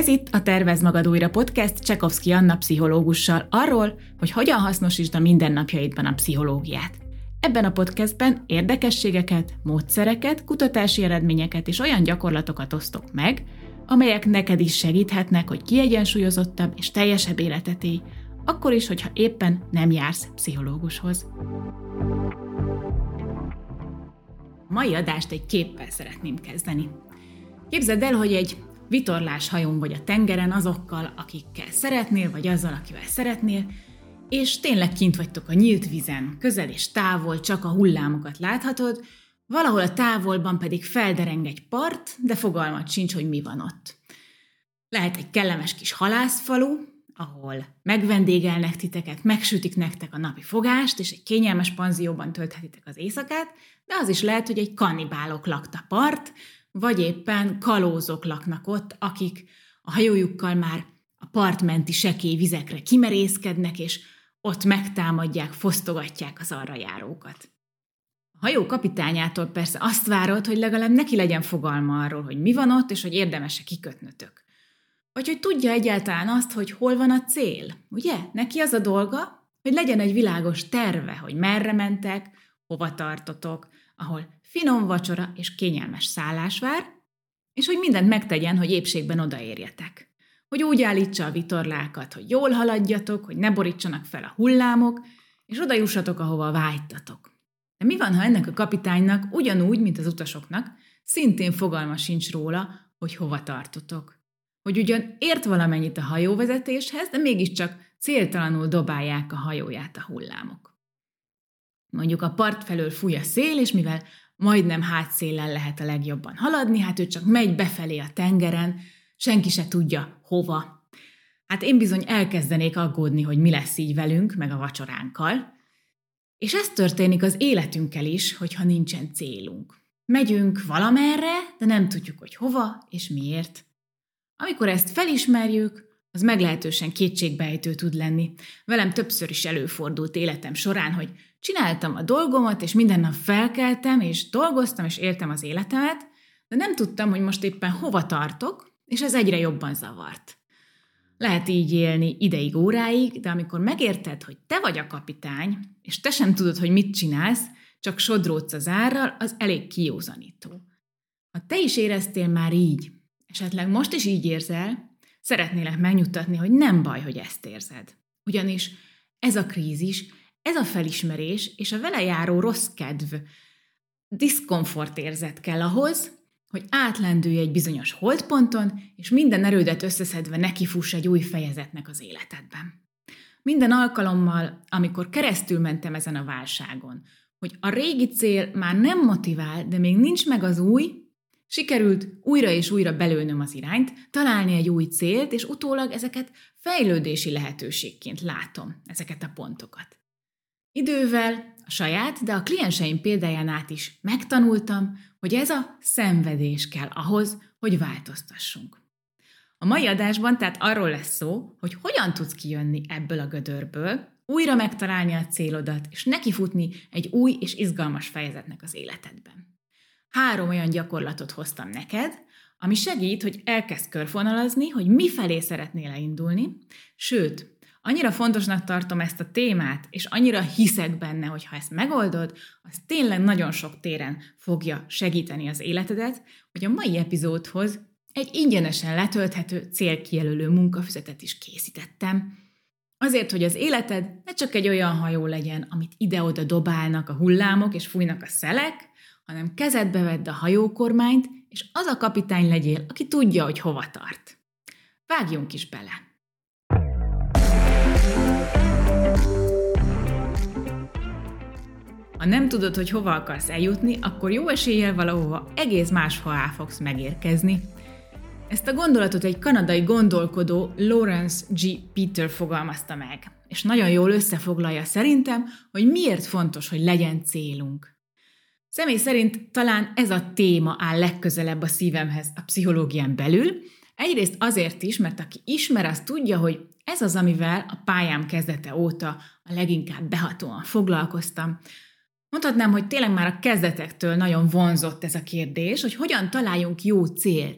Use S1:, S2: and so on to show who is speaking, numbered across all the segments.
S1: Ez itt a Tervezd Magad Újra podcast Csekovszky Anna pszichológussal arról, hogy hogyan hasznosítsd a mindennapjaidban a pszichológiát. Ebben a podcastben érdekességeket, módszereket, kutatási eredményeket és olyan gyakorlatokat osztok meg, amelyek neked is segíthetnek, hogy kiegyensúlyozottabb és teljesebb életet élj, akkor is, hogyha éppen nem jársz pszichológushoz. A mai adást egy képpel szeretném kezdeni. Képzeld el, hogy egy vitorláshajón vagy a tengeren azokkal, akikkel szeretnél, vagy azzal, akivel szeretnél, és tényleg kint vagytok a nyílt vízen, közel és távol csak a hullámokat láthatod, valahol a távolban pedig feldereng egy part, de fogalmat sincs, hogy mi van ott. Lehet egy kellemes kis halászfalu, ahol megvendégelnek titeket, megsütik nektek a napi fogást, és egy kényelmes panzióban tölthetitek az éjszakát, de az is lehet, hogy egy kannibálok lakta part, vagy éppen kalózok laknak ott, akik a hajójukkal már a partmenti sekély vizekre kimerészkednek, és ott megtámadják, fosztogatják az arra járókat. A hajó kapitányától persze azt várod, hogy legalább neki legyen fogalma arról, hogy mi van ott, és hogy érdemes-e kikötnötök. Vagy hogy tudja egyáltalán azt, hogy hol van a cél, ugye? Neki az a dolga, hogy legyen egy világos terve, hogy merre mentek, hova tartotok, ahol finom vacsora és kényelmes szállás vár, és hogy mindent megtegyen, hogy épségben odaérjetek. Hogy úgy állítsa a vitorlákat, hogy jól haladjatok, hogy ne borítsanak fel a hullámok, és oda jussatok, ahova vágytatok. De mi van, ha ennek a kapitánynak, ugyanúgy, mint az utasoknak, szintén fogalma sincs róla, hogy hova tartotok? Hogy ugyan ért valamennyit a hajóvezetéshez, de mégiscsak céltalanul dobálják a hajóját a hullámok. Mondjuk a part felől fúj a szél, és mivel majdnem hátszéllel lehet a legjobban haladni, hát ő csak megy befelé a tengeren, senki se tudja hova. Hát én bizony elkezdenék aggódni, hogy mi lesz így velünk, meg a vacsoránkkal. És ez történik az életünkkel is, hogyha nincsen célunk. Megyünk valamerre, de nem tudjuk, hogy hova és miért. Amikor ezt felismerjük, az meglehetősen kétségbeejtő tud lenni. Velem többször is előfordult életem során, hogy csináltam a dolgomat, és minden nap felkeltem, és dolgoztam, és éltem az életemet, de nem tudtam, hogy most éppen hova tartok, és ez egyre jobban zavart. Lehet így élni ideig, óráig, de amikor megérted, hogy te vagy a kapitány, és te sem tudod, hogy mit csinálsz, csak sodródsz az árral, az elég kijózanító. Ha te is éreztél már így, esetleg most is így érzel, szeretnélek megnyugtatni, hogy nem baj, hogy ezt érzed. Ugyanis ez a krízis, ez a felismerés és a vele járó rossz kedv, diszkomfort érzet kell ahhoz, hogy átlendülj egy bizonyos holdponton, és minden erődet összeszedve nekifuss egy új fejezetnek az életedben. Minden alkalommal, amikor keresztül mentem ezen a válságon, hogy a régi cél már nem motivál, de még nincs meg az új, sikerült újra és újra belőnöm az irányt, találni egy új célt, és utólag ezeket fejlődési lehetőségként látom, ezeket a pontokat. Idővel a saját, de a klienseim példáján át is megtanultam, hogy ez a szenvedés kell ahhoz, hogy változtassunk. A mai adásban tehát arról lesz szó, hogy hogyan tudsz kijönni ebből a gödörből, újra megtalálni a célodat, és nekifutni egy új és izgalmas fejezetnek az életedben. 3 olyan gyakorlatot hoztam neked, ami segít, hogy elkezd körvonalazni, hogy mifelé szeretnél elindulni, sőt, annyira fontosnak tartom ezt a témát, és annyira hiszek benne, hogy ha ezt megoldod, az tényleg nagyon sok téren fogja segíteni az életedet, hogy a mai epizódhoz egy ingyenesen letölthető célkijelölő munkafüzetet is készítettem. Azért, hogy az életed ne csak egy olyan hajó legyen, amit ide-oda dobálnak a hullámok és fújnak a szelek, hanem kezedbe vedd a hajókormányt, és az a kapitány legyél, aki tudja, hogy hova tart. Vágjunk is bele! Ha nem tudod, hogy hova akarsz eljutni, akkor jó eséllyel valahova egész máshová fogsz megérkezni. Ezt a gondolatot egy kanadai gondolkodó Lawrence G. Peter fogalmazta meg, és nagyon jól összefoglalja szerintem, hogy miért fontos, hogy legyen célunk. Személy szerint talán ez a téma áll legközelebb a szívemhez a pszichológián belül, egyrészt azért is, mert aki ismer, az tudja, hogy ez az, amivel a pályám kezdete óta a leginkább behatóan foglalkoztam. Mondhatnám, hogy tényleg már a kezdetektől nagyon vonzott ez a kérdés, hogy hogyan találjunk jó célt,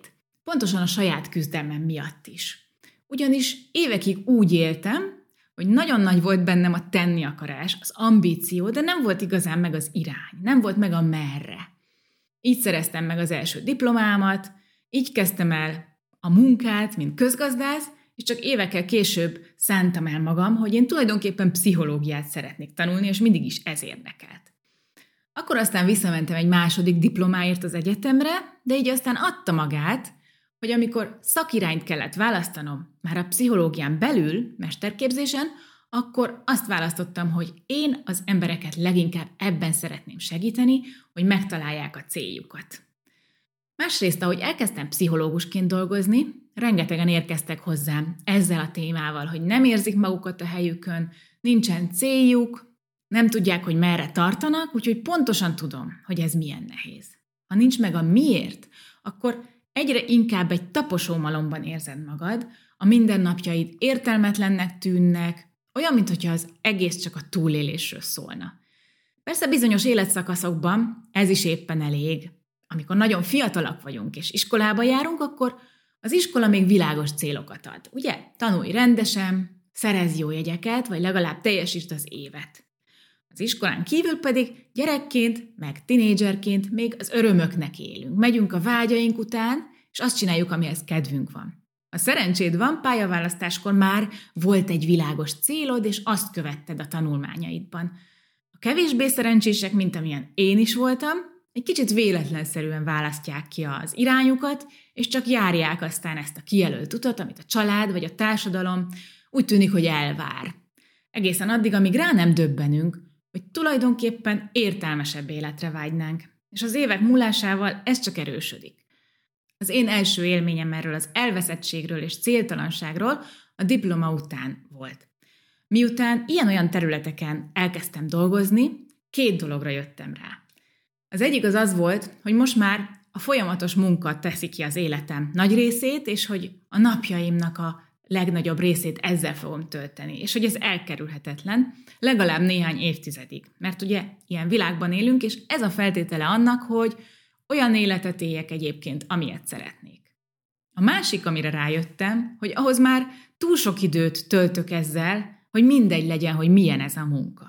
S1: Pontosan a saját küzdelmem miatt is. Ugyanis évekig úgy éltem, hogy nagyon nagy volt bennem a tenni akarás, az ambíció, de nem volt igazán meg az irány, nem volt meg a merre. Így szereztem meg az első diplomámat, így kezdtem el a munkát, mint közgazdász, és csak évekkel később szántam el magam, hogy én tulajdonképpen pszichológiát szeretnék tanulni, és mindig is ez érdekelt. Akkor aztán visszamentem egy második diplomáért az egyetemre, de így aztán adta magát, hogy amikor szakirányt kellett választanom már a pszichológián belül, mesterképzésen, akkor azt választottam, hogy én az embereket leginkább ebben szeretném segíteni, hogy megtalálják a céljukat. Másrészt, ahogy elkezdtem pszichológusként dolgozni, rengetegen érkeztek hozzám ezzel a témával, hogy nem érzik magukat a helyükön, nincsen céljuk, nem tudják, hogy merre tartanak, úgyhogy pontosan tudom, hogy ez milyen nehéz. Ha nincs meg a miért, akkor egyre inkább egy taposómalomban érzed magad, a mindennapjaid értelmetlennek tűnnek, olyan, mintha az egész csak a túlélésről szólna. Persze bizonyos életszakaszokban ez is éppen elég. Amikor nagyon fiatalak vagyunk és iskolába járunk, akkor az iskola még világos célokat ad. Ugye? Tanulj rendesen, szerezz jó jegyeket, vagy legalább teljesítsd az évet. Az iskolán kívül pedig gyerekként, meg tinédzserként még az örömöknek élünk. Megyünk a vágyaink után, és azt csináljuk, amihez kedvünk van. Ha szerencséd van, pályaválasztáskor már volt egy világos célod, és azt követted a tanulmányaidban. A kevésbé szerencsések, mint amilyen én is voltam, egy kicsit véletlenszerűen választják ki az irányukat, és csak járják aztán ezt a kijelölt utat, amit a család vagy a társadalom úgy tűnik, hogy elvár. Egészen addig, amíg rá nem döbbenünk, hogy tulajdonképpen értelmesebb életre vágynánk, és az évek múlásával ez csak erősödik. Az én első élményem erről az elveszettségről és céltalanságról a diploma után volt. Miután ilyen-olyan területeken elkezdtem dolgozni, 2 dologra jöttem rá. Az egyik az volt, hogy most már a folyamatos munka teszi ki az életem nagy részét, és hogy a napjaimnak a legnagyobb részét ezzel fogom tölteni, és hogy ez elkerülhetetlen, legalább néhány évtizedig. Mert ugye ilyen világban élünk, és ez a feltétele annak, hogy olyan életet éljek egyébként, amilyet szeretnék. A másik, amire rájöttem, hogy ahhoz már túl sok időt töltök ezzel, hogy mindegy legyen, hogy milyen ez a munka.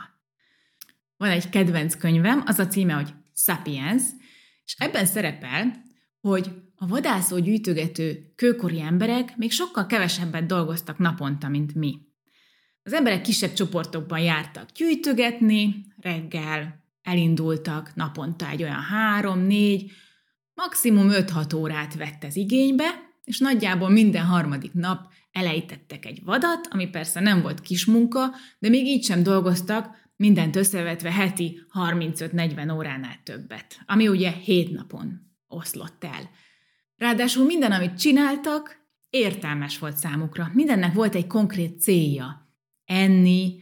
S1: Van egy kedvenc könyvem, az a címe, hogy Sapiens, és ebben szerepel, hogy a vadászó gyűjtögető kőkori emberek még sokkal kevesebbet dolgoztak naponta, mint mi. Az emberek kisebb csoportokban jártak gyűjtögetni, reggel elindultak, naponta egy olyan 3-4, maximum 5-6 órát vett ez igénybe, és nagyjából minden harmadik nap elejtettek egy vadat, ami persze nem volt kis munka, de még így sem dolgoztak, mindent összevetve heti 35-40 óránál többet, ami ugye 7 napon oszlott el. Ráadásul minden, amit csináltak, értelmes volt számukra. Mindennek volt egy konkrét célja. Enni,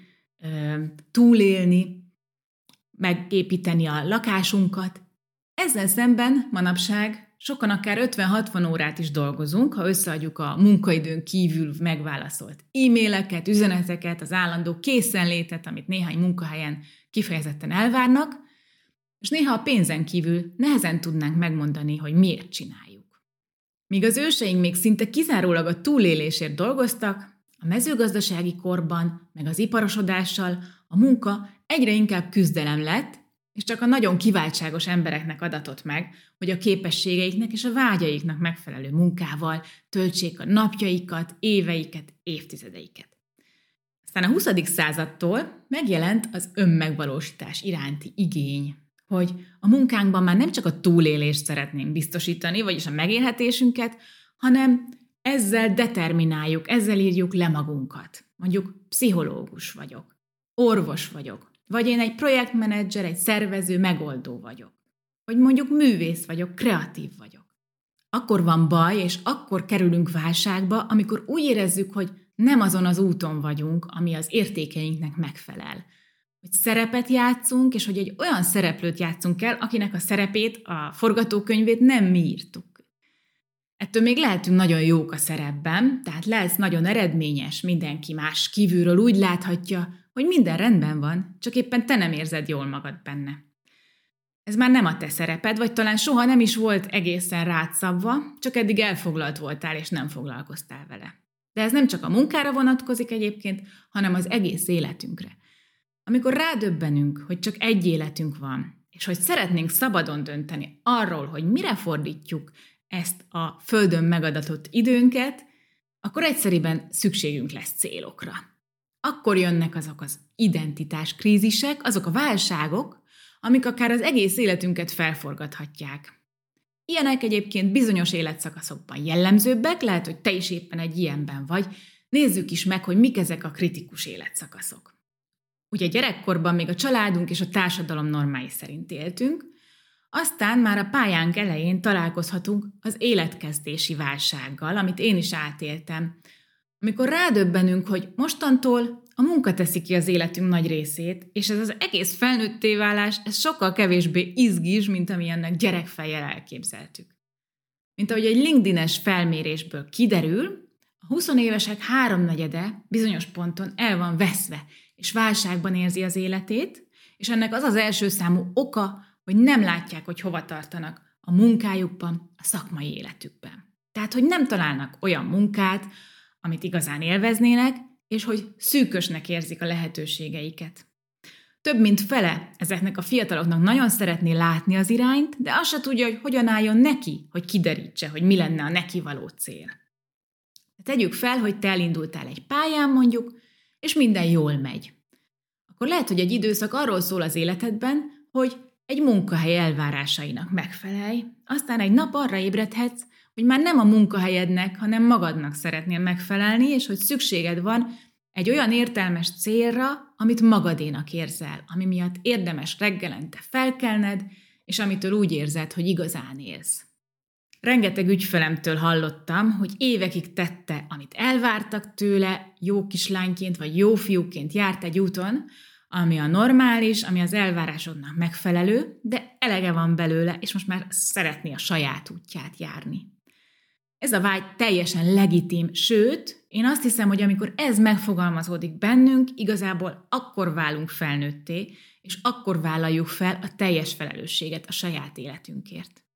S1: túlélni, megépíteni a lakásunkat. Ezzel szemben manapság sokan akár 50-60 órát is dolgozunk, ha összeadjuk a munkaidőn kívül megválaszolt e-maileket, üzeneteket, az állandó készenlétet, amit néhány munkahelyen kifejezetten elvárnak, és néha a pénzen kívül nehezen tudnánk megmondani, hogy miért csináljuk. Míg az őseink még szinte kizárólag a túlélésért dolgoztak, a mezőgazdasági korban, meg az iparosodással a munka egyre inkább küzdelem lett, és csak a nagyon kiváltságos embereknek adatott meg, hogy a képességeiknek és a vágyaiknak megfelelő munkával töltsék a napjaikat, éveiket, évtizedeiket. Aztán a 20. századtól megjelent az önmegvalósítás iránti igény, hogy a munkánkban már nem csak a túlélést szeretnénk biztosítani, vagyis a megélhetésünket, hanem ezzel determináljuk, ezzel írjuk le magunkat. Mondjuk pszichológus vagyok, orvos vagyok, vagy én egy projektmenedzser, egy szervező, megoldó vagyok. Vagy mondjuk művész vagyok, kreatív vagyok. Akkor van baj, és akkor kerülünk válságba, amikor úgy érezzük, hogy nem azon az úton vagyunk, ami az értékeinknek megfelel. Hogy szerepet játszunk, és hogy egy olyan szereplőt játszunk el, akinek a szerepét, a forgatókönyvét nem mi írtuk. Ettől még lehetünk nagyon jók a szerepben, tehát lesz nagyon eredményes, mindenki más kívülről úgy láthatja, hogy minden rendben van, csak éppen te nem érzed jól magad benne. Ez már nem a te szereped, vagy talán soha nem is volt egészen rád szabva, csak eddig elfoglalt voltál, és nem foglalkoztál vele. De ez nem csak a munkára vonatkozik egyébként, hanem az egész életünkre. Amikor rádöbbenünk, hogy csak egy életünk van, és hogy szeretnénk szabadon dönteni arról, hogy mire fordítjuk ezt a Földön megadatott időnket, akkor egyszerűen szükségünk lesz célokra. Akkor jönnek azok az identitáskrízisek, azok a válságok, amik akár az egész életünket felforgathatják. Ilyenek egyébként bizonyos életszakaszokban jellemzőbbek, lehet, hogy te is éppen egy ilyenben vagy. Nézzük is meg, hogy mik ezek a kritikus életszakaszok. Ugye gyerekkorban még a családunk és a társadalom normái szerint éltünk, aztán már a pályánk elején találkozhatunk az életkezdési válsággal, amit én is átéltem, amikor rádöbbenünk, hogy mostantól a munka teszi ki az életünk nagy részét, és ez az egész felnőtté válás, ez sokkal kevésbé izgis, mint amilyennek gyerekfejjel elképzeltük. Mint ahogy egy LinkedIn-es felmérésből kiderül, a 20 évesek 3/4 bizonyos ponton el van veszve, és válságban érzi az életét, és ennek az az első számú oka, hogy nem látják, hogy hova tartanak a munkájukban, a szakmai életükben. Tehát, hogy nem találnak olyan munkát, amit igazán élveznének, és hogy szűkösnek érzik a lehetőségeiket. Több mint fele ezeknek a fiataloknak nagyon szeretné látni az irányt, de azt se tudja, hogy hogyan álljon neki, hogy kiderítse, hogy mi lenne a neki való cél. Tegyük fel, hogy te elindultál egy pályán mondjuk, és minden jól megy. Akkor lehet, hogy egy időszak arról szól az életedben, hogy egy munkahely elvárásainak megfelelj, aztán egy nap arra ébredhetsz, hogy már nem a munkahelyednek, hanem magadnak szeretnél megfelelni, és hogy szükséged van egy olyan értelmes célra, amit magadénak érzel, ami miatt érdemes reggelente felkelned, és amitől úgy érzed, hogy igazán élsz. Rengeteg ügyfelemtől hallottam, hogy évekig tette, amit elvártak tőle, jó kislányként vagy jó fiúként járt egy úton, ami a normális, ami az elvárásodnak megfelelő, de elege van belőle, és most már szeretné a saját útját járni. Ez a vágy teljesen legitim, sőt, én azt hiszem, hogy amikor ez megfogalmazódik bennünk, igazából akkor válunk felnőtté, és akkor vállaljuk fel a teljes felelősséget a saját életünkért.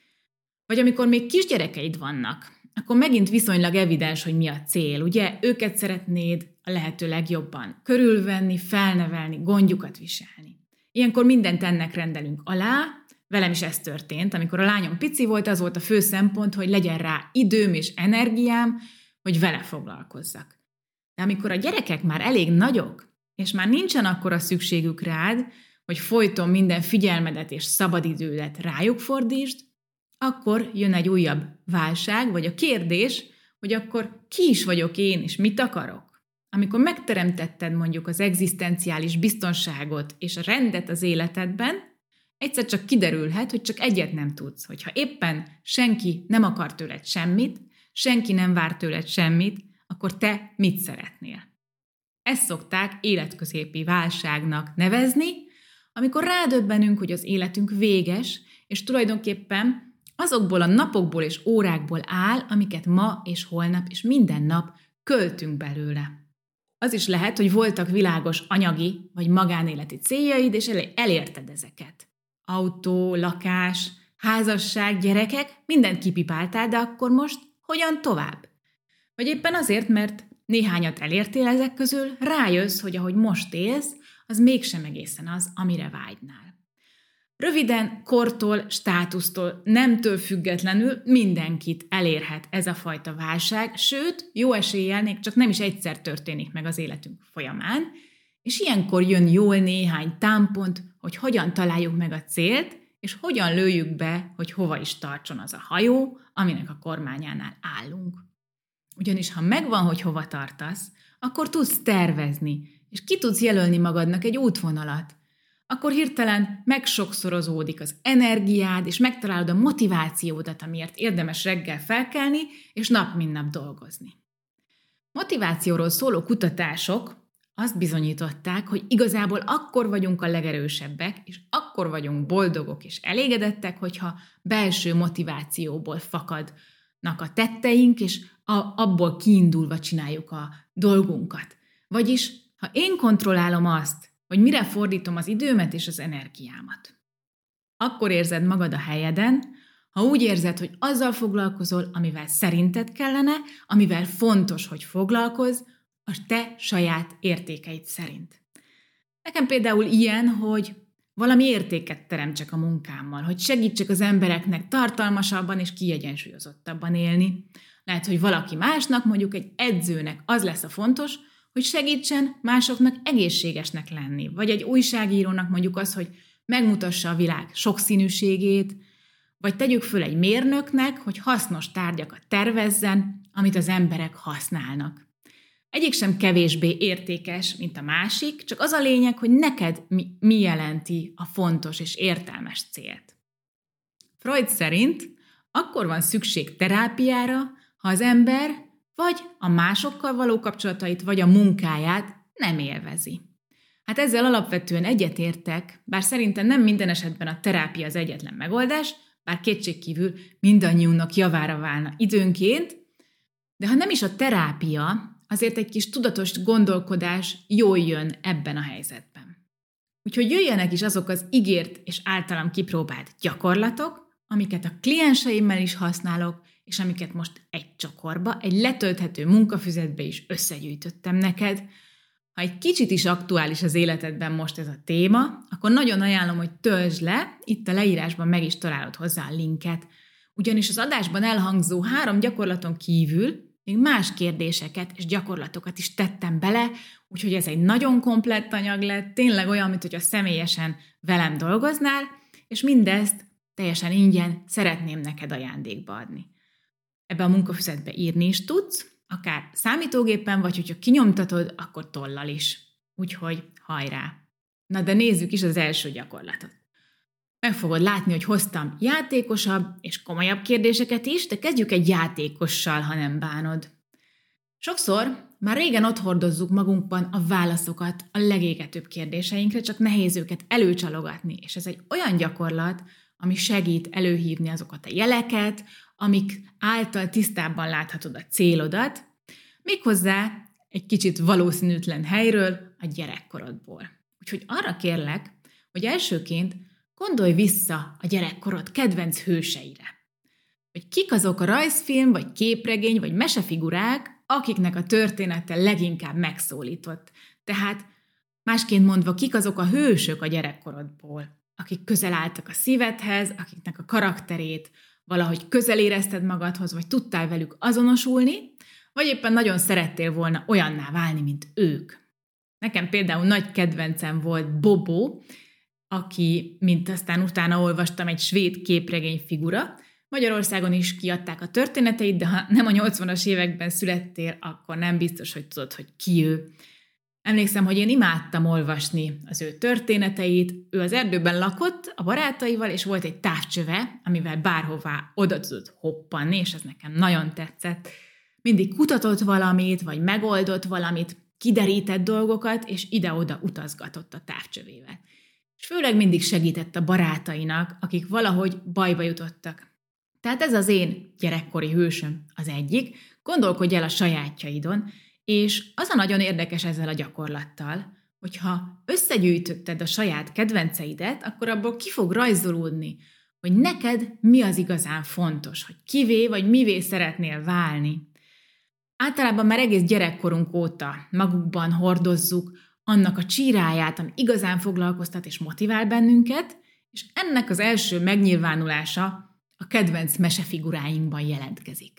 S1: Vagy amikor még kisgyerekeid vannak, akkor megint viszonylag evidens, hogy mi a cél, ugye? Őket szeretnéd a lehető legjobban körülvenni, felnevelni, gondjukat viselni. Ilyenkor mindent ennek rendelünk alá. Velem is ez történt, amikor a lányom pici volt, az volt a fő szempont, hogy legyen rá időm és energiám, hogy vele foglalkozzak. De amikor a gyerekek már elég nagyok, és már nincsen akkora szükségük rád, hogy folyton minden figyelmedet és szabadidődet rájuk fordítsd, akkor jön egy újabb válság, vagy a kérdés, hogy akkor ki is vagyok én, és mit akarok? Amikor megteremtetted mondjuk az egzisztenciális biztonságot és a rendet az életedben, egyszer csak kiderülhet, hogy csak egyet nem tudsz, hogyha éppen senki nem akar tőled semmit, senki nem vár tőled semmit, akkor te mit szeretnél? Ezt szokták életközépi válságnak nevezni, amikor rádöbbenünk, hogy az életünk véges, és tulajdonképpen azokból a napokból és órákból áll, amiket ma és holnap és minden nap költünk belőle. Az is lehet, hogy voltak világos anyagi vagy magánéleti céljaid, és elérted ezeket. Autó, lakás, házasság, gyerekek, mindent kipipáltál, de akkor most hogyan tovább? Vagy éppen azért, mert néhányat elértél ezek közül, rájössz, hogy ahogy most élsz, az mégsem egészen az, amire vágynál. Röviden, kortól, státusztól, nemtől függetlenül mindenkit elérhet ez a fajta válság, sőt, jó eséllyel még csak nem is egyszer történik meg az életünk folyamán, és ilyenkor jön jól néhány támpont, hogy hogyan találjuk meg a célt, és hogyan lőjük be, hogy hova is tartson az a hajó, aminek a kormányánál állunk. Ugyanis ha megvan, hogy hova tartasz, akkor tudsz tervezni, és ki tudsz jelölni magadnak egy útvonalat. Akkor hirtelen megsokszorozódik az energiád, és megtalálod a motivációdat, amiért érdemes reggel felkelni, és nap mint nap dolgozni. Motivációról szóló kutatások azt bizonyították, hogy igazából akkor vagyunk a legerősebbek, és akkor vagyunk boldogok és elégedettek, hogyha belső motivációból fakadnak a tetteink, és abból kiindulva csináljuk a dolgunkat. Vagyis, ha én kontrollálom azt, hogy mire fordítom az időmet és az energiámat. Akkor érzed magad a helyeden, ha úgy érzed, hogy azzal foglalkozol, amivel szerinted kellene, amivel fontos, hogy foglalkozz, a te saját értékeid szerint. Nekem például ilyen, hogy valami értéket teremtsek a munkámmal, hogy segítsek az embereknek tartalmasabban és kiegyensúlyozottabban élni. Lehet, hogy valaki másnak, mondjuk egy edzőnek az lesz a fontos, hogy segítsen másoknak egészségesnek lenni. Vagy egy újságírónak mondjuk az, hogy megmutassa a világ sokszínűségét, vagy tegyük föl egy mérnöknek, hogy hasznos tárgyakat tervezzen, amit az emberek használnak. Egyik sem kevésbé értékes, mint a másik, csak az a lényeg, hogy neked mi jelenti a fontos és értelmes célt. Freud szerint akkor van szükség terápiára, ha az ember vagy a másokkal való kapcsolatait, vagy a munkáját nem élvezi. Hát ezzel alapvetően egyetértek, bár szerintem nem minden esetben a terápia az egyetlen megoldás, bár kétségkívül mindannyiunknak javára válna időnként, de ha nem is a terápia, azért egy kis tudatos gondolkodás jól jön ebben a helyzetben. Úgyhogy jöjjenek is azok az ígért és általam kipróbált gyakorlatok, amiket a klienseimmel is használok, és amiket most egy csokorba, egy letölthető munkafüzetbe is összegyűjtöttem neked. Ha egy kicsit is aktuális az életedben most ez a téma, akkor nagyon ajánlom, hogy töltsd le, itt a leírásban meg is találod hozzá a linket, ugyanis az adásban elhangzó 3 gyakorlaton kívül még más kérdéseket és gyakorlatokat is tettem bele, úgyhogy ez egy nagyon komplett anyag lett, tényleg olyan, mint hogyha személyesen velem dolgoznál, és mindezt teljesen ingyen szeretném neked ajándékba adni. Ebbe a munkafüzetbe írni is tudsz, akár számítógépen, vagy hogyha kinyomtatod, akkor tollal is. Úgyhogy hajrá! Na de nézzük is az első gyakorlatot. Meg fogod látni, hogy hoztam játékosabb és komolyabb kérdéseket is, de kezdjük egy játékossal, ha nem bánod. Sokszor már régen ott hordozzuk magunkban a válaszokat a legégetőbb kérdéseinkre, csak nehéz őket előcsalogatni, és ez egy olyan gyakorlat, ami segít előhívni azokat a jeleket, amik által tisztábban láthatod a célodat, méghozzá egy kicsit valószínűtlen helyről, a gyerekkorodból. Úgyhogy arra kérlek, hogy elsőként gondolj vissza a gyerekkorod kedvenc hőseire. Hogy kik azok a rajzfilm, vagy képregény, vagy mesefigurák, akiknek a története leginkább megszólított. Tehát másként mondva, kik azok a hősök a gyerekkorodból, akik közel álltak a szívedhez, akiknek a karakterét valahogy közel érezted magadhoz, vagy tudtál velük azonosulni, vagy éppen nagyon szerettél volna olyanná válni, mint ők. Nekem például nagy kedvencem volt Bobo, aki, mint aztán utána olvastam, egy svéd képregény figura. Magyarországon is kiadták a történeteit, de ha nem a 80-as években születtél, akkor nem biztos, hogy tudod, hogy ki ő. Emlékszem, hogy én imádtam olvasni az ő történeteit. Ő az erdőben lakott a barátaival, és volt egy távcsöve, amivel bárhová oda tudott hoppanni, és ez nekem nagyon tetszett. Mindig kutatott valamit, vagy megoldott valamit, kiderített dolgokat, és ide-oda utazgatott a távcsövével. És főleg mindig segített a barátainak, akik valahogy bajba jutottak. Tehát ez az én gyerekkori hősöm az egyik, gondolkodj el a sajátjaidon, és az a nagyon érdekes ezzel a gyakorlattal, hogyha összegyűjtötted a saját kedvenceidet, akkor abból ki fog rajzolódni, hogy neked mi az igazán fontos, hogy kivé vagy mivé szeretnél válni. Általában már egész gyerekkorunk óta magukban hordozzuk annak a csíráját, ami igazán foglalkoztat és motivál bennünket, és ennek az első megnyilvánulása a kedvenc mesefiguráinkban jelentkezik.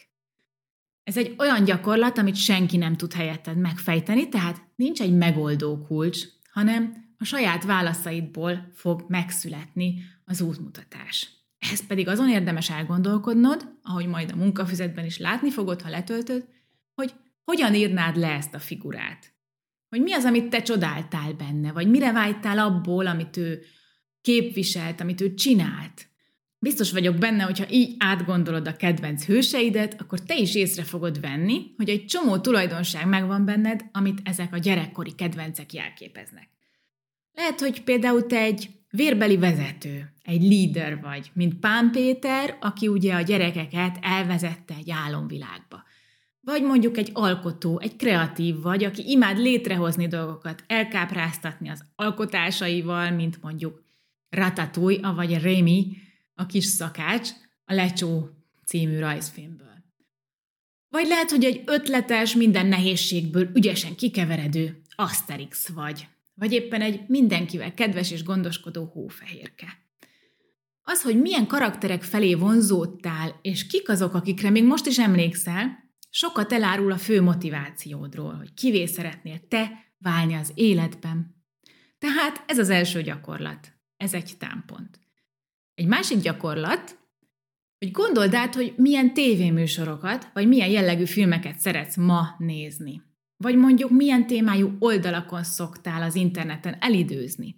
S1: Ez egy olyan gyakorlat, amit senki nem tud helyetted megfejteni, tehát nincs egy megoldó kulcs, hanem a saját válaszaidból fog megszületni az útmutatás. Ehhez pedig azon érdemes elgondolkodnod, ahogy majd a munkafüzetben is látni fogod, ha letöltöd, hogy hogyan írnád le ezt a figurát. Hogy mi az, amit te csodáltál benne, vagy mire vágytál abból, amit ő képviselt, amit ő csinált. Biztos vagyok benne, hogyha így átgondolod a kedvenc hőseidet, akkor te is észre fogod venni, hogy egy csomó tulajdonság megvan benned, amit ezek a gyerekkori kedvencek jelképeznek. Lehet, hogy például te egy vérbeli vezető, egy líder vagy, mint Pán Péter, aki ugye a gyerekeket elvezette egy álomvilágba. Vagy mondjuk egy alkotó, egy kreatív vagy, aki imád létrehozni dolgokat, elkápráztatni az alkotásaival, mint mondjuk Ratatouille, vagy Rémi, a kis szakács, a Lecsó című rajzfilmből. Vagy lehet, hogy egy ötletes, minden nehézségből ügyesen kikeveredő Asterix vagy éppen egy mindenkivel kedves és gondoskodó hófehérke. Az, hogy milyen karakterek felé vonzódtál, és kik azok, akikre még most is emlékszel, sokat elárul a fő motivációdról, hogy kivé szeretnél te válni az életben. Tehát ez az első gyakorlat. Ez egy támpont. Egy másik gyakorlat, hogy gondold át, hogy milyen tévéműsorokat, vagy milyen jellegű filmeket szeretsz ma nézni. Vagy mondjuk milyen témájú oldalakon szoktál az interneten elidőzni.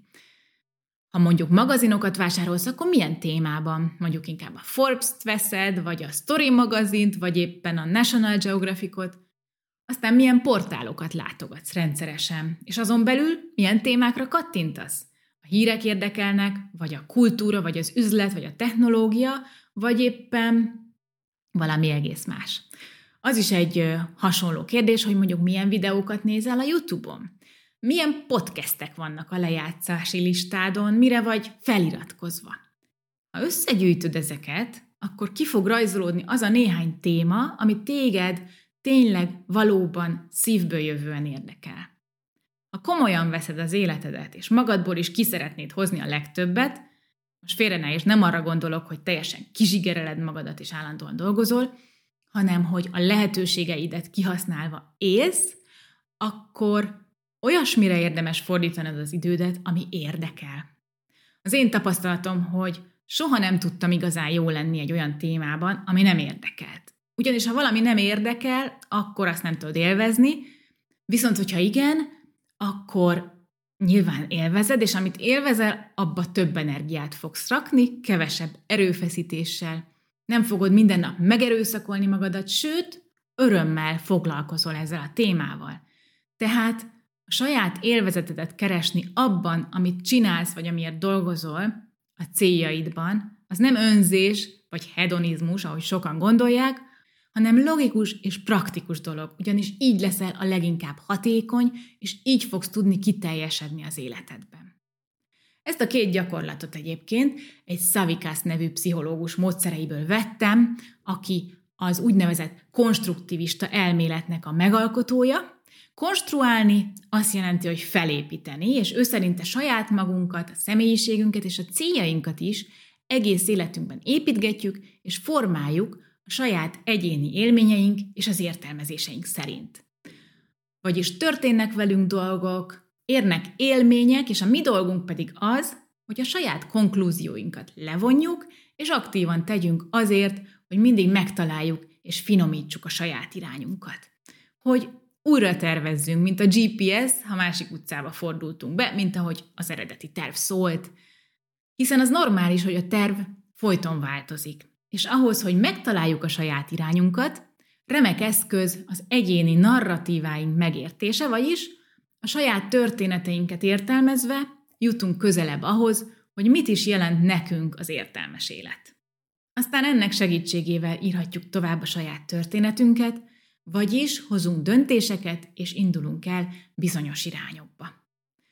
S1: Ha mondjuk magazinokat vásárolsz, akkor milyen témában? Mondjuk inkább a Forbes-t veszed, vagy a Story magazint, vagy éppen a National Geographicot. Aztán milyen portálokat látogatsz rendszeresen, és azon belül milyen témákra kattintasz? A hírek érdekelnek, vagy a kultúra, vagy az üzlet, vagy a technológia, vagy éppen valami egész más. Az is egy hasonló kérdés, hogy mondjuk milyen videókat nézel a YouTube-on. Milyen podcastek vannak a lejátszási listádon, mire vagy feliratkozva. Ha összegyűjtöd ezeket, akkor ki fog rajzolódni az a néhány téma, ami téged tényleg valóban szívből jövően érdekel. Ha komolyan veszed az életedet, és magadból is ki szeretnéd hozni a legtöbbet, most félre ne, és nem arra gondolok, hogy teljesen kizsigereled magadat és állandóan dolgozol, hanem hogy a lehetőségeidet kihasználva élsz, akkor olyasmire érdemes fordítanod az idődet, ami érdekel. Az én tapasztalatom, hogy soha nem tudtam igazán jó lenni egy olyan témában, ami nem érdekelt. Ugyanis ha valami nem érdekel, akkor azt nem tudod élvezni, viszont hogyha igen, akkor nyilván élvezed, és amit élvezel, abba több energiát fogsz rakni, kevesebb erőfeszítéssel. Nem fogod minden nap megerőszakolni magadat, sőt, örömmel foglalkozol ezzel a témával. Tehát a saját élvezetedet keresni abban, amit csinálsz, vagy amiért dolgozol, a céljaidban, az nem önzés, vagy hedonizmus, ahogy sokan gondolják, hanem logikus és praktikus dolog, ugyanis így leszel a leginkább hatékony, és így fogsz tudni kiteljesedni az életedben. Ezt a két gyakorlatot egyébként egy Savikas nevű pszichológus módszereiből vettem, aki az úgynevezett konstruktivista elméletnek a megalkotója. Konstruálni azt jelenti, hogy felépíteni, és ő szerinte saját magunkat, a személyiségünket és a céljainkat is egész életünkben építgetjük és formáljuk a saját egyéni élményeink és az értelmezéseink szerint. Vagyis történnek velünk dolgok, érnek élmények, és a mi dolgunk pedig az, hogy a saját konklúzióinkat levonjuk, és aktívan tegyünk azért, hogy mindig megtaláljuk és finomítsuk a saját irányunkat. Hogy újra tervezzünk, mint a GPS, ha másik utcába fordultunk be, mint ahogy az eredeti terv szólt. Hiszen az normális, hogy a terv folyton változik. És ahhoz, hogy megtaláljuk a saját irányunkat, remek eszköz az egyéni narratíváink megértése, vagyis a saját történeteinket értelmezve jutunk közelebb ahhoz, hogy mit is jelent nekünk az értelmes élet. Aztán ennek segítségével írhatjuk tovább a saját történetünket, vagyis hozunk döntéseket, és indulunk el bizonyos irányokba.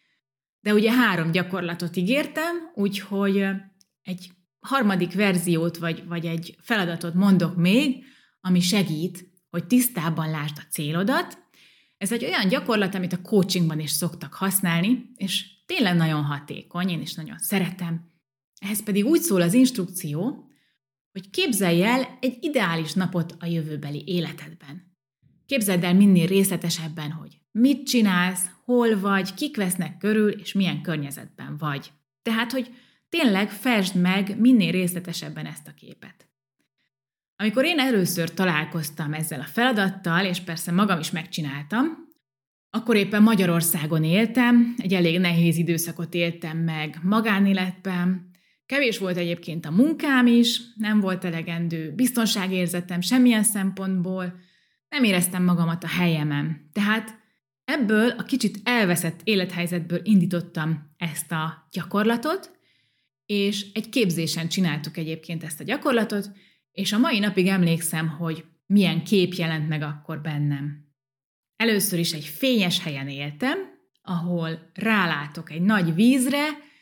S1: De ugye 3 gyakorlatot ígértem, úgyhogy egy harmadik verziót, vagy egy feladatot mondok még, ami segít, hogy tisztában lásd a célodat. Ez egy olyan gyakorlat, amit a coachingban is szoktak használni, és tényleg nagyon hatékony, én is nagyon szeretem. Ehhez pedig úgy szól az instrukció, hogy képzelj el egy ideális napot a jövőbeli életedben. Képzeld el minél részletesebben, hogy mit csinálsz, hol vagy, kik vesznek körül, és milyen környezetben vagy. Tehát, hogy tényleg fesd meg minél részletesebben ezt a képet. Amikor én először találkoztam ezzel a feladattal, és persze magam is megcsináltam, akkor éppen Magyarországon éltem, egy elég nehéz időszakot éltem meg magánéletben, kevés volt egyébként a munkám is, nem volt elegendő biztonságérzetem semmilyen szempontból, nem éreztem magamat a helyemen. Tehát ebből a kicsit elveszett élethelyzetből indítottam ezt a gyakorlatot, és egy képzésen csináltuk egyébként ezt a gyakorlatot, és a mai napig emlékszem, hogy milyen kép jelent meg akkor bennem. Először is egy fényes helyen éltem, ahol rálátok egy nagy vízre,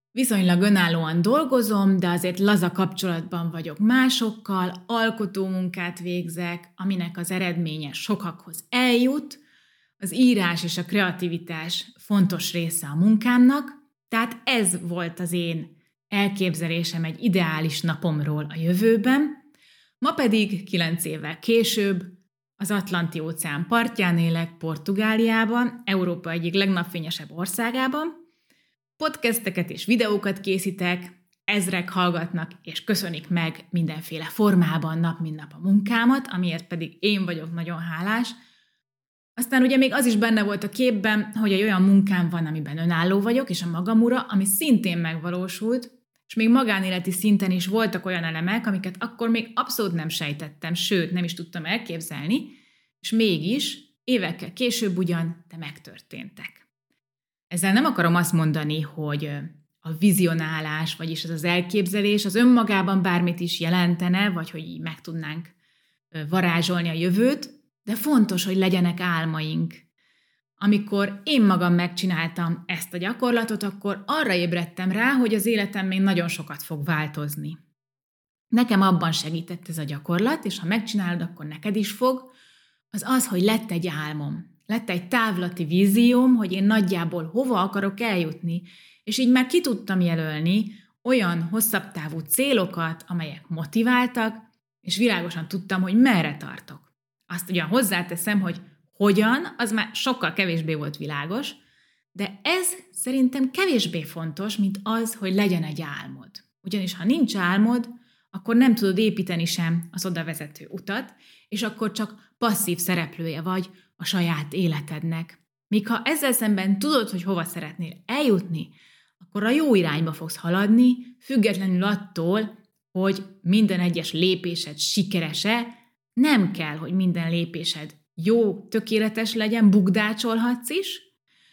S1: Viszonylag önállóan dolgozom, de azért laza kapcsolatban vagyok másokkal, alkotó munkát végzek, aminek az eredménye sokakhoz eljut. Az írás és a kreativitás fontos része a munkámnak, tehát ez volt az én elképzelésem egy ideális napomról a jövőben. Ma pedig 9 évvel később az Atlanti-óceán partján élek, Portugáliában, Európa egyik legnapfényesebb országában. Podcasteket és videókat készítek, ezrek hallgatnak és köszönik meg mindenféle formában nap mint nap a munkámat, amiért pedig én vagyok nagyon hálás. Aztán ugye még az is benne volt a képben, hogy egy olyan munkám van, amiben önálló vagyok, és a magam ura, ami szintén megvalósult, és még magánéleti szinten is voltak olyan elemek, amiket akkor még abszolút nem sejtettem, sőt, nem is tudtam elképzelni, és mégis évekkel később ugyan, de megtörténtek. Ezzel nem akarom azt mondani, hogy a vizionálás, vagyis az elképzelés az önmagában bármit is jelentene, vagy hogy így meg tudnánk varázsolni a jövőt, de fontos, hogy legyenek álmaink. Amikor én magam megcsináltam ezt a gyakorlatot, akkor arra ébredtem rá, hogy az életem még nagyon sokat fog változni. Nekem abban segített ez a gyakorlat, és ha megcsinálod, akkor neked is fog, az, hogy lett egy álmom. Lett egy távlati vízióm, hogy én nagyjából hova akarok eljutni, és így már ki tudtam jelölni olyan hosszabb távú célokat, amelyek motiváltak, és világosan tudtam, hogy merre tartok. Azt ugyan hozzáteszem, hogy hogyan, az már sokkal kevésbé volt világos, de ez szerintem kevésbé fontos, mint az, hogy legyen egy álmod. Ugyanis ha nincs álmod, akkor nem tudod építeni sem az oda vezető utat, és akkor csak passzív szereplője vagy a saját életednek. Míg ha ezzel szemben tudod, hogy hova szeretnél eljutni, akkor a jó irányba fogsz haladni, függetlenül attól, hogy minden egyes lépésed sikeres-e, nem kell, hogy minden lépésed jó, tökéletes legyen, bukdácsolhatsz is,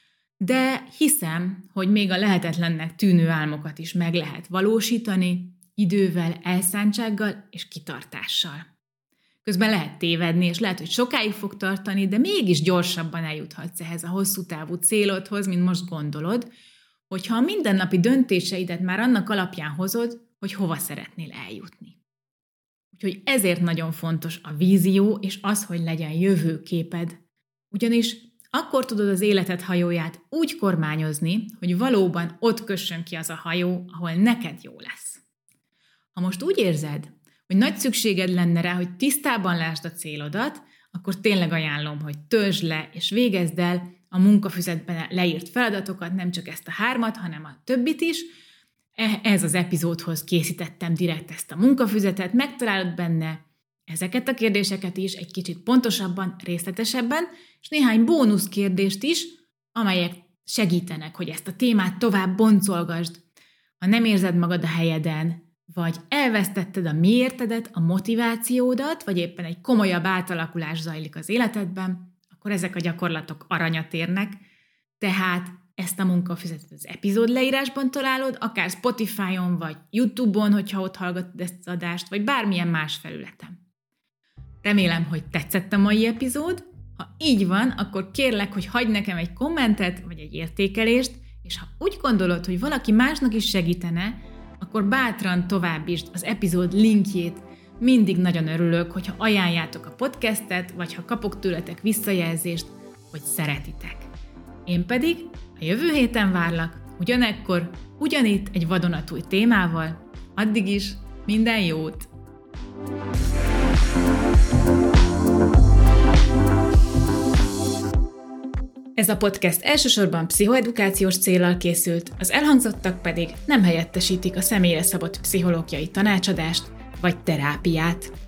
S1: de hiszem, hogy még a lehetetlennek tűnő álmokat is meg lehet valósítani, idővel, elszántsággal és kitartással. Közben lehet tévedni, és lehet, hogy sokáig fog tartani, de mégis gyorsabban eljuthatsz ehhez a hosszú távú célodhoz, mint most gondolod, hogyha a mindennapi döntéseidet már annak alapján hozod, hogy hova szeretnél eljutni. Úgyhogy ezért nagyon fontos a vízió, és az, hogy legyen jövőképed. Ugyanis akkor tudod az életed hajóját úgy kormányozni, hogy valóban ott kössön ki az a hajó, ahol neked jó lesz. Ha most úgy érzed, hogy nagy szükséged lenne rá, hogy tisztában lásd a célodat, akkor tényleg ajánlom, hogy töltsd le és végezd el a munkafüzetben leírt feladatokat, nem csak ezt a 3, hanem a többit is. Ez az epizódhoz készítettem direkt ezt a munkafüzetet, megtalálod benne ezeket a kérdéseket is egy kicsit pontosabban, részletesebben, és néhány bónusz kérdést is, amelyek segítenek, hogy ezt a témát tovább boncolgasd. Ha nem érzed magad a helyeden, vagy elvesztetted a miértedet, a motivációdat, vagy éppen egy komolyabb átalakulás zajlik az életedben, akkor ezek a gyakorlatok aranyat érnek, tehát ezt a munkafüzetet az epizód leírásban találod, akár Spotify-on, vagy YouTube-on, hogyha ott hallgatod ezt az adást, vagy bármilyen más felületen. Remélem, hogy tetszett a mai epizód. Ha így van, akkor kérlek, hogy hagyj nekem egy kommentet, vagy egy értékelést, és ha úgy gondolod, hogy valaki másnak is segítene, akkor bátran továbbítsd az epizód linkjét. Mindig nagyon örülök, hogyha ajánljátok a podcastet, vagy ha kapok tőletek visszajelzést, hogy szeretitek. Én pedig a jövő héten várlak, ugyanekkor, ugyanitt egy vadonatúj témával. Addig is minden jót! Ez a podcast elsősorban pszichoedukációs céllal készült, az elhangzottak pedig nem helyettesítik a személyre szabott pszichológiai tanácsadást vagy terápiát.